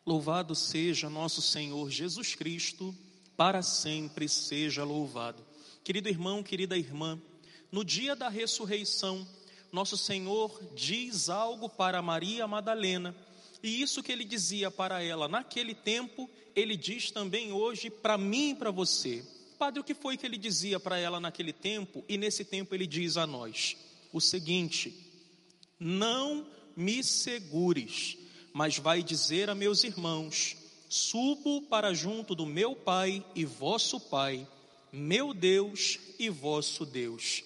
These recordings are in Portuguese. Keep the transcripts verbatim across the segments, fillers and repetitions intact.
Louvado seja nosso Senhor Jesus Cristo, para sempre seja louvado. Querido irmão, querida irmã, no dia da ressurreição, nosso Senhor diz algo para Maria Madalena, e isso que ele dizia para ela naquele tempo, ele diz também hoje para mim e para você. Padre, o que foi que ele dizia para ela naquele tempo, e nesse tempo ele diz a nós? O seguinte: não me segures, mas vai dizer a meus irmãos: subo para junto do meu Pai e vosso Pai, meu Deus e vosso Deus.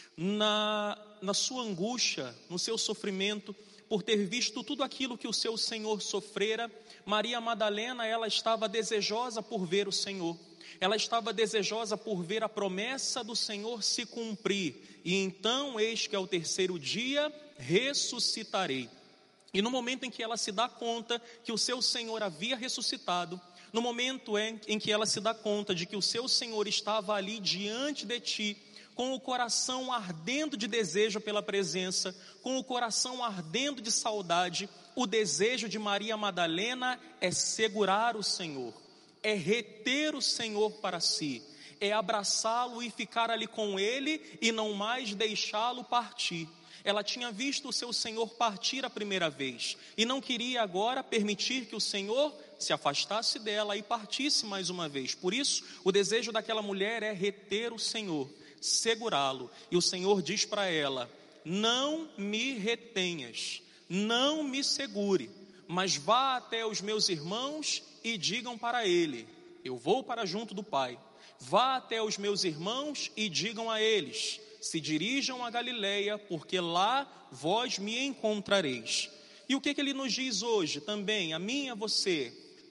Na, na sua angústia, no seu sofrimento, por ter visto tudo aquilo que o seu Senhor sofrera, Maria Madalena, ela estava desejosa por ver o Senhor. Ela estava desejosa por ver a promessa do Senhor se cumprir. E então, eis que ao terceiro dia, ressuscitarei. E no momento em que ela se dá conta que o seu Senhor havia ressuscitado, no momento em, em que ela se dá conta de que o seu Senhor estava ali diante de ti, com o coração ardendo de desejo pela presença, com o coração ardendo de saudade, o desejo de Maria Madalena é segurar o Senhor, é reter o Senhor para si, é abraçá-lo e ficar ali com ele e não mais deixá-lo partir. Ela tinha visto o seu Senhor partir a primeira vez e não queria agora permitir que o Senhor se afastasse dela e partisse mais uma vez. Por isso, o desejo daquela mulher é reter o Senhor, segurá-lo. E o Senhor diz para ela: não me retenhas, não me segure, mas vá até os meus irmãos e digam para ele: eu vou para junto do Pai. Vá até os meus irmãos e digam a eles: se dirijam a Galileia, porque lá vós me encontrareis. E o que, que ele nos diz hoje também, a mim e a você?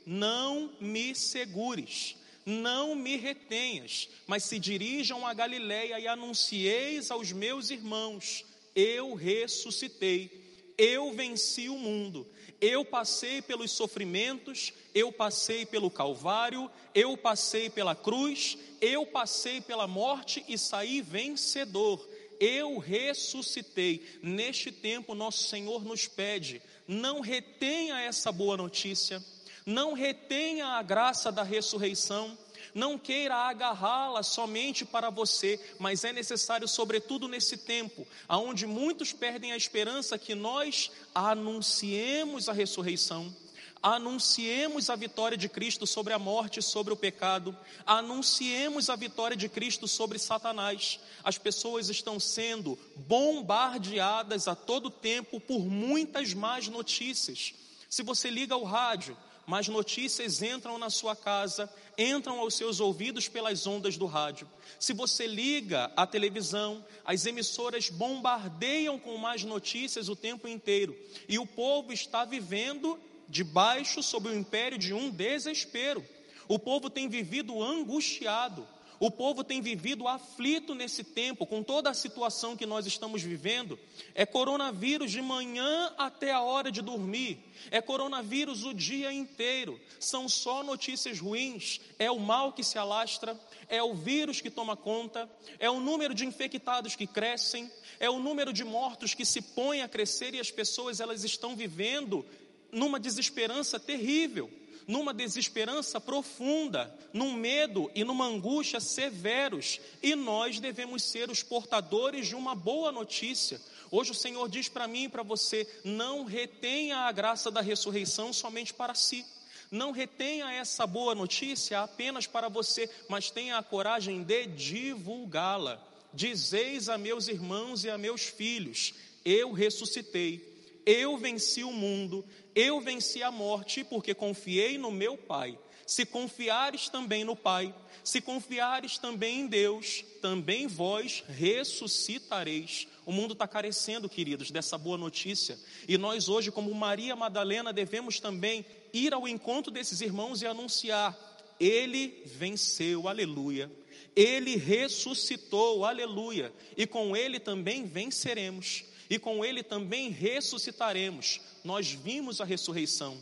Não me segures, não me retenhas, mas se dirijam a Galileia e anuncieis aos meus irmãos: eu ressuscitei, eu venci o mundo, eu passei pelos sofrimentos, eu passei pelo Calvário, eu passei pela cruz, eu passei pela morte e saí vencedor, eu ressuscitei. Neste tempo nosso Senhor nos pede: não retenha essa boa notícia, não retenha a graça da ressurreição, não queira agarrá-la somente para você, mas é necessário, sobretudo nesse tempo, onde muitos perdem a esperança, que nós anunciemos a ressurreição, anunciemos a vitória de Cristo sobre a morte e sobre o pecado, anunciemos a vitória de Cristo sobre Satanás. As pessoas estão sendo bombardeadas a todo tempo por muitas más notícias. Se você liga o rádio, mais notícias entram na sua casa, entram aos seus ouvidos pelas ondas do rádio. Se você liga a televisão, as emissoras bombardeiam com mais notícias o tempo inteiro. E o povo está vivendo debaixo, sob o império de um desespero. O povo tem vivido angustiado. O povo tem vivido aflito nesse tempo, com toda a situação que nós estamos vivendo. É coronavírus de manhã até a hora de dormir. É coronavírus o dia inteiro. São só notícias ruins. É o mal que se alastra. É o vírus que toma conta. É o número de infectados que crescem. É o número de mortos que se põe a crescer. E as pessoas, elas estão vivendo numa desesperança terrível, numa desesperança profunda, num medo e numa angústia severos, e nós devemos ser os portadores de uma boa notícia. Hoje o Senhor diz para mim e para você: não retenha a graça da ressurreição somente para si, não retenha essa boa notícia apenas para você, mas tenha a coragem de divulgá-la. Dizeis a meus irmãos e a meus filhos: eu ressuscitei, eu venci o mundo, eu venci a morte, porque confiei no meu Pai. Se confiares também no Pai, se confiares também em Deus, também vós ressuscitareis. O mundo está carecendo, queridos, dessa boa notícia. E nós hoje, como Maria Madalena, devemos também ir ao encontro desses irmãos e anunciar: ele venceu, aleluia. Ele ressuscitou, aleluia. E com ele também venceremos. E com ele também ressuscitaremos. Nós vimos a ressurreição.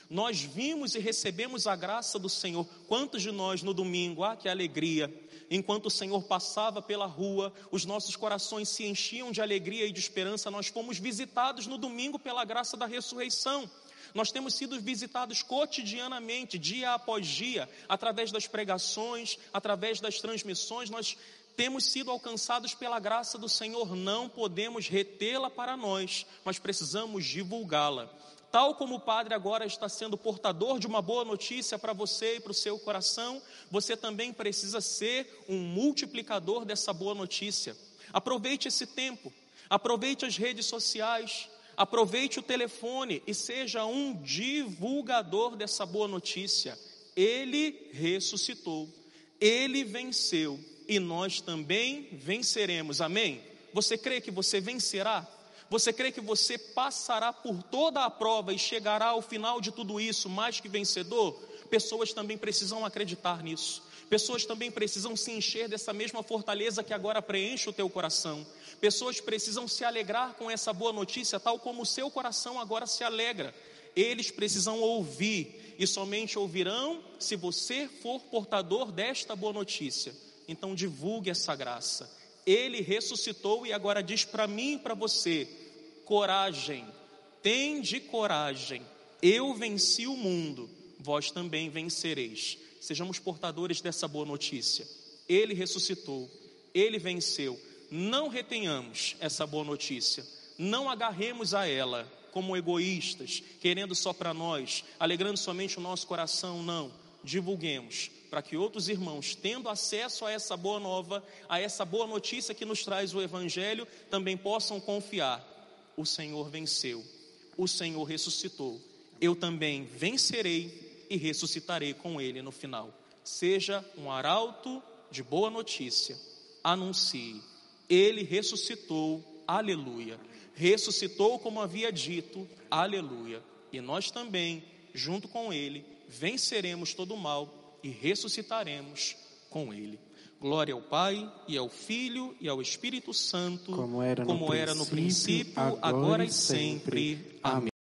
Nós vimos e recebemos a graça do Senhor. Quantos de nós no domingo, ah, que alegria, enquanto o Senhor passava pela rua, os nossos corações se enchiam de alegria e de esperança. Nós fomos visitados no domingo pela graça da ressurreição. Nós temos sido visitados cotidianamente, dia após dia, através das pregações, através das transmissões. Nós temos sido alcançados pela graça do Senhor. Não podemos retê-la para nós, mas precisamos divulgá-la. Tal como o Padre agora está sendo portador de uma boa notícia para você e para o seu coração, você também precisa ser um multiplicador dessa boa notícia. Aproveite esse tempo, aproveite as redes sociais, aproveite o telefone e seja um divulgador dessa boa notícia. Ele ressuscitou, Ele venceu e nós também venceremos, amém? Você crê que você vencerá? Você crê que você passará por toda a prova e chegará ao final de tudo isso mais que vencedor? Pessoas também precisam acreditar nisso. Pessoas também precisam se encher dessa mesma fortaleza que agora preenche o teu coração. Pessoas precisam se alegrar com essa boa notícia, tal como o seu coração agora se alegra. Eles precisam ouvir, e somente ouvirão se você for portador desta boa notícia. Então divulgue essa graça. Ele ressuscitou e agora diz para mim e para você: coragem, tende coragem, eu venci o mundo, vós também vencereis. Sejamos portadores dessa boa notícia. Ele ressuscitou, Ele venceu. Não retenhamos essa boa notícia, não agarremos a ela como egoístas, querendo só para nós, alegrando somente o nosso coração. Não, divulguemos, para que outros irmãos, tendo acesso a essa boa nova, a essa boa notícia que nos traz o Evangelho, também possam confiar: o Senhor venceu, o Senhor ressuscitou, eu também vencerei e ressuscitarei com Ele no final. Seja um arauto de boa notícia, anuncie: Ele ressuscitou, aleluia, ressuscitou como havia dito, aleluia, e nós também, junto com Ele, venceremos todo o mal e ressuscitaremos com Ele. Glória ao Pai, e ao Filho, e ao Espírito Santo, como era no, como princípio, era no princípio, agora, agora e e sempre. sempre. Amém.